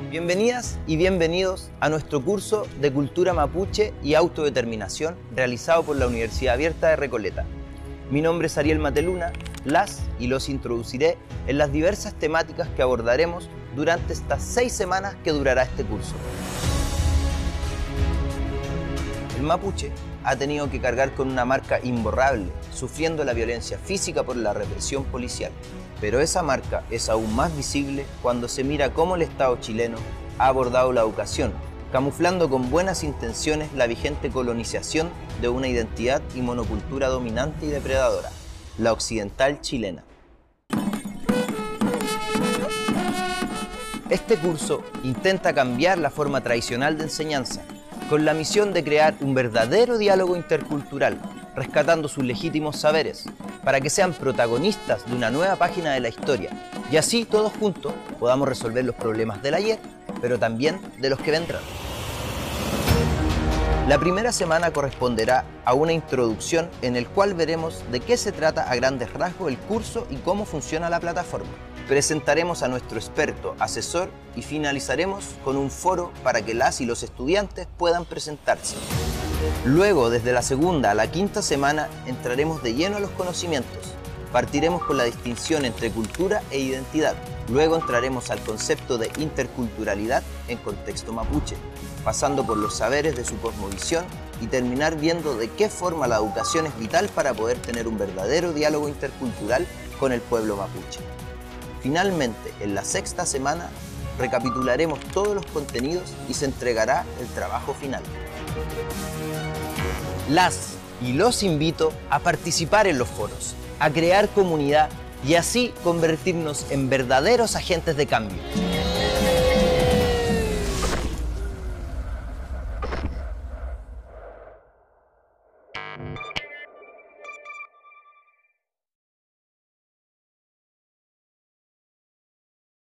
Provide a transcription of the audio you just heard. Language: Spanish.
Bienvenidas y bienvenidos a nuestro curso de Cultura Mapuche y Autodeterminación realizado por la Universidad Abierta de Recoleta. Mi nombre es Ariel Mateluna, las y los introduciré en las diversas temáticas que abordaremos durante estas 6 semanas que durará este curso. El mapuche ha tenido que cargar con una marca imborrable, sufriendo la violencia física por la represión policial. Pero esa marca es aún más visible cuando se mira cómo el Estado chileno ha abordado la educación, camuflando con buenas intenciones la vigente colonización de una identidad y monocultura dominante y depredadora, la occidental chilena. Este curso intenta cambiar la forma tradicional de enseñanza, con la misión de crear un verdadero diálogo intercultural, rescatando sus legítimos saberes, para que sean protagonistas de una nueva página de la historia, y así todos juntos podamos resolver los problemas del ayer, pero también de los que vendrán. La primera semana corresponderá a una introducción en el cual veremos de qué se trata a grandes rasgos el curso y cómo funciona la plataforma. Presentaremos a nuestro experto, asesor y finalizaremos con un foro para que las y los estudiantes puedan presentarse. Luego, desde la segunda a la quinta semana, entraremos de lleno a los conocimientos. Partiremos con la distinción entre cultura e identidad. Luego entraremos al concepto de interculturalidad en contexto mapuche, pasando por los saberes de su cosmovisión y terminar viendo de qué forma la educación es vital para poder tener un verdadero diálogo intercultural con el pueblo mapuche. Finalmente, en la sexta semana, recapitularemos todos los contenidos y se entregará el trabajo final. Las y los invito a participar en los foros, a crear comunidad y así convertirnos en verdaderos agentes de cambio.